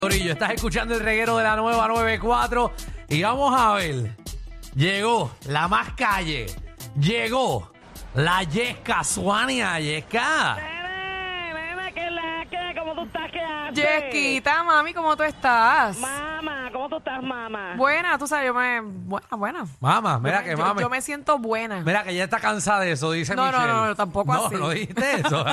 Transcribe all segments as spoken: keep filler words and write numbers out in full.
Corillo, estás escuchando el reguero de la nueva noventa y cuatro y vamos a ver, llegó la más calle, llegó la Yesca Suania, Yesca. Nene, nene, ¿qué la que? ¿Cómo tú estás? ¿Qué haces? Yesquita, mami, ¿cómo tú estás? Mamá, ¿cómo tú estás, mamá? Buena, tú sabes, yo me... Buena, buena. Mamá, mira Yo- que yo, mami, yo me siento buena. mira que ya está cansada de eso, dice No, no, Michelle. no, no, tampoco no, así. No, dijiste eso.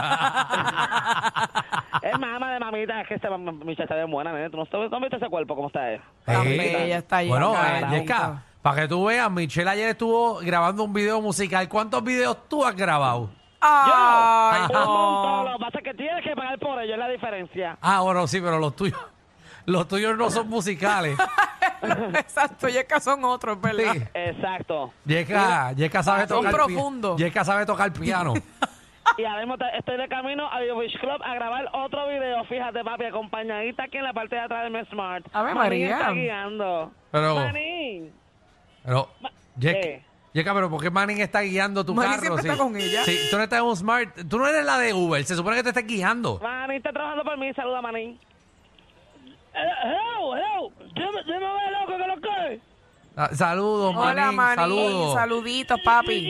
Es mamá de mamita, es que esta Michelle está bien buena, nene. ¿Tú no, ¿tú no viste ese cuerpo cómo está él? Tan Sí. bella está ahí. Bueno, acá, eh, la Yesca, bonita. para que tú veas, Michelle ayer estuvo grabando un video musical. ¿Cuántos videos tú has grabado? Ay, Un montón, no. lo que pasa es que tienes que pagar por ello, es la diferencia. Ah, bueno, sí, pero los tuyos, los tuyos no son musicales. Exacto, Yesca son otros, ¿verdad? Sí. Exacto. Yesca, Yesca sabe son tocar pi- profundos. Yesca sabe tocar piano. Y ahora mismo te- estoy de camino a Video Beach Club a grabar otro video, fíjate, papi, acompañadita aquí en la parte de atrás de mi Smart. Ave Manín María. está guiando. Pero, Manín. pero, Yesca, ¿Qué? Yesca, pero ¿por qué Manning está guiando tu Manning carro? siempre Sí. está con ella. Sí, tú no estás en un Smart, tú no eres la de Uber, se supone que te estés guiando. Manín está trabajando por mí, saluda, Manín. Hello, hello, dime, dime, hello, ¿qué es lo que? Ah, Saludos, Hola, Manning, Manín. saludos. Saluditos, papi.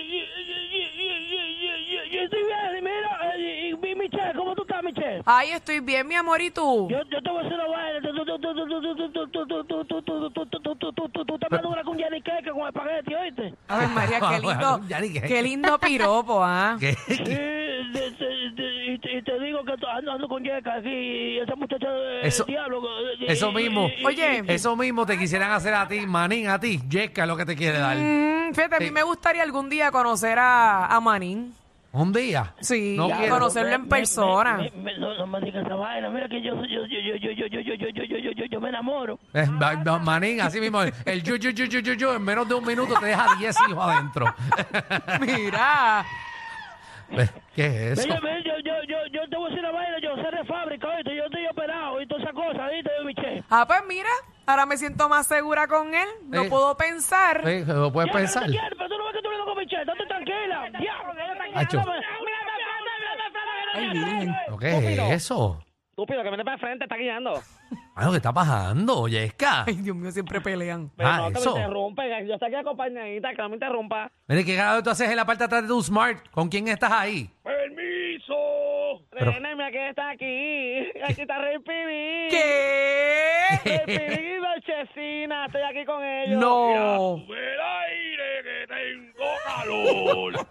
Yo estoy bien, mira, y, y, y Michelle, ¿cómo tú estás, Michelle? Ay, estoy bien, mi amor, ¿y tú? Yo, yo te voy a hacer una vaina, tú, tú, tú, tú, tú, tú, tú, tú, tú, tú, tú, tú, tú, tú, tú, tú, tú, tú, tú te mandas una con Jenny Cake con espagueti, ¿oíste? A ver, María, qué lindo, Ya ni qué. qué lindo piropo, ¿ah? ¿Qué? Sí, de- de- de- y te- y te digo que ando, ando con Yeka aquí, y esa muchacha del Eso- diablo. eh, Eso y- mismo. y- y- Oye. Eso mismo te quisieran hacer a ti, Manín, a ti. Yesca es lo que te quiere dar. Mm, fíjate, a mí Sí. me gustaría algún día conocer a, a Manín. Un día. Sí, No ya, quiero. conocerlo en persona. Me- me- me- no, no me digas esa vaina, mira que yo, yo, yo, yo, yo, yo, yo, yo, yo, yo, yo, yo, yo, yo me enamoro. Eh, va- va- Manín, así mismo. El yo, yo, yo, yo, yo, yo, en menos de un minuto te deja diez hijos adentro. Mira. Eh, ¿Qué es eso? Mira, mira, yo, yo, yo, yo te voy a decir una vaina, yo sé de fábrica, ¿oíste? Yo estoy operado y todas esas cosas, ¿viste, Michelle? Ah, pues mira, ahora me siento más segura con él. No Eh. puedo pensar. Eh, ¿Lo puedes Ya, pensar? Pero, te quiero, pero tú no ves que tú vienes con Michelle, date tranquila. Diablo, que ella está Acho. guiando, mira, mira, mira, Ay, mira, mira, Virgen. ¿Lo ¿Qué es eso? Estúpido, que viene para el frente, está guiando. Ah, ¿qué está pasando, Yesca? Ay, Dios mío, siempre pelean. Pero Ah, no, que eso. me interrumpen, yo estoy aquí acompañadita, que no me interrumpa. Mire, ¿qué grado tú haces en la parte de atrás de tu Smart? ¿Con quién estás ahí? ¡Permiso! Pero- Nene, mira que está aquí. Aquí está Rey Pirín. ¿Qué? Rey Pirín y Dolcecina, estoy aquí con ellos. No. el aire que tengo calor.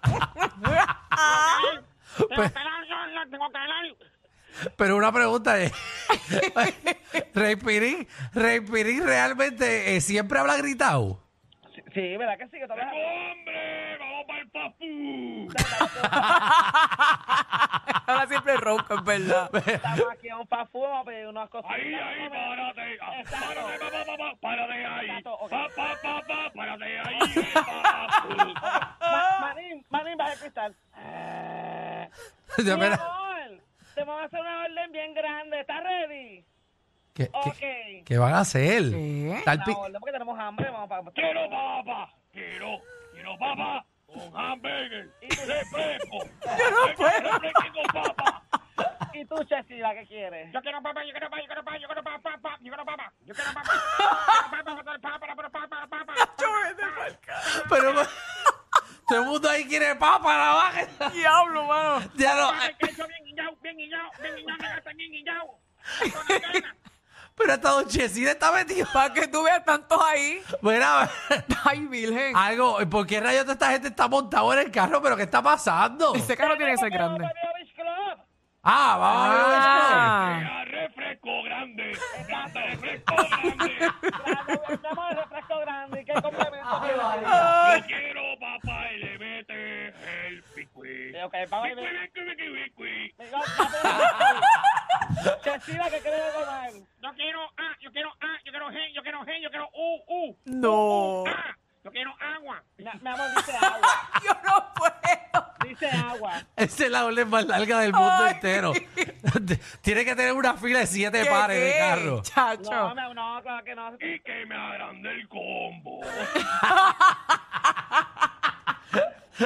Pero, pero una pregunta es, Rey Pirín, Rey Pirín realmente eh, siempre habla gritado. Sí, ¿verdad que sí? Que tú hablas- ¡Hombre! ¡Vamos para el fast food! Ahora siempre ronco, es verdad. Estamos aquí en un fast food, vamos a pedir unas cosas. Ahí, ahí, párate. Ah, Exacto. Párate, pa, pa, pa, pa, párate ahí. Exacto, ok. Pa, pa, pa, pa, párate ahí. eh, pa. Ma- Manín, Manín, baja el cristal. Eh, Ya, mi mira, amor, te vamos a hacer una orden bien grande. ¿Estás ready? ¿qué, qué, Ok. qué van a hacer? ¿Qué? Está el pi- Una orden porque tenemos hambre. Vamos para... Quiero papa. Quiero, quiero papa con hamburger. Refresco. Yo no puedo. Refresco con papa. ¿Y tú, Chesila, qué quieres? Yo quiero papa, yo quiero papa, yo quiero papa, yo quiero papa, papa, yo quiero papa, yo quiero papa, yo quiero papa, papa, papa, papa, papa. Pero todo el mundo ahí quiere papa, la baja. Diablo, mano. Ya no, Papa, que eso bien guillao, bien guillao, bien guillao, me gasta bien guillao. Con la gana. pero hasta Don Chesina está metido. Para que tú veas tantos ahí. Mira, Ay, Virgen. algo, ¿por qué rayos esta gente está montada en el carro? ¿Pero qué está pasando? Ese carro tiene que ser grande. Vamos para Beach Club. Ah, vamos a ver. Ah. Sea refresco grande, gasta refresco grande. Grande, tenemos el refresco grande. ¿Y qué complemento que Ay. Yo quiero papa y le mete el picuí. Sí, ok, vamos a Picuí, ver. picuí, picuí, picuí. Chesila, ¿qué quieres comer? Yo quiero A, yo quiero A, yo quiero G, yo quiero G, yo quiero U, U. No. A, yo quiero agua. Mi, mi amor, dice agua. Yo no puedo. Dice agua. Esa es la orden más larga del mundo Ay. entero. Tiene que tener una fila de siete ¿Qué, pares de qué? carro. Chacho. No, mi amor, no, claro que no. Y que me agrande el combo.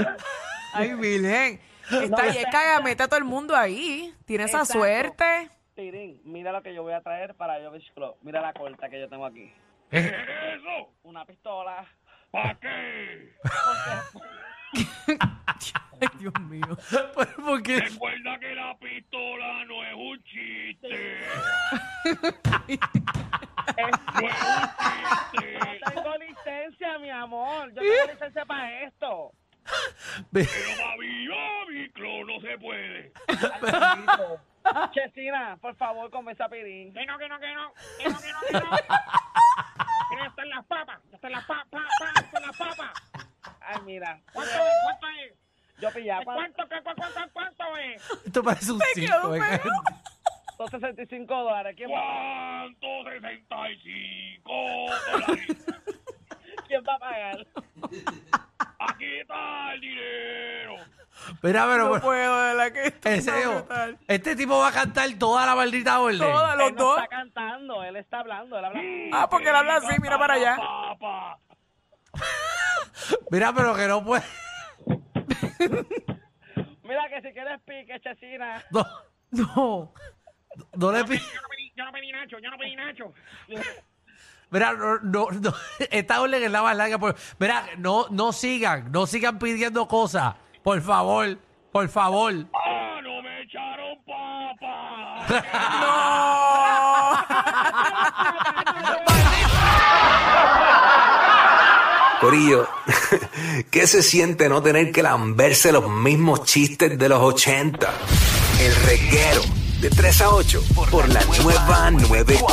Ay, Virgen. Esta No, Yesca mete a todo el mundo ahí. Tiene esa Exacto. suerte. Pirín, mira lo que yo voy a traer para Yo Beach Club. Mira la corta que yo tengo aquí. ¿Qué es eso? Una pistola. ¿Para qué? Ay, Dios mío. Pero, ¿por qué? Recuerda que la pistola no es un chiste. Es- No es un chiste. no tengo licencia, mi amor. Yo tengo licencia para esto. Ve- Pero papi, papi, clon, no se puede. Chesina, por favor, convence a Pirín. Que no, que no, que no, que no, que no, que no. Que ya están las papas, ya están las papas, ya están las papas. Ay, mira. ¿Cuánto es? ¿Cuánto es? Yo pillaba ¿Cuánto, qué, cu- cuánto, cuánto es? Esto parece un quedó circo. ¿eh? pegado. doscientos sesenta y cinco dólares. ¿Quién va, ¿Cuánto? sesenta y cinco dólares. ¿Quién va a pagar? Aquí está el dinero. Mira, pero, No pero- puedo, de verdad que esto en está serio, brutal. este tipo va a cantar toda la maldita orden. Todas, los Él no dos. está cantando, él está hablando, él habla. Ah, porque él habla así, mira para allá. Papa. Mira, pero que no puede. Mira que si quieres pique, Chesina. No, No. no le pides. Yo no pedí, yo no pedí Nacho, yo no pedí Nacho. Mira, no, no, no, esta orden es la más larga. Por, mira, no, no sigan, no sigan pidiendo cosas. Por favor, por favor. Ah, no me echaron papa. Corillo, ¿qué se siente no tener que lamberse los mismos chistes de los ochenta? El reguero de tres a ocho por la nueva noventa y cuatro.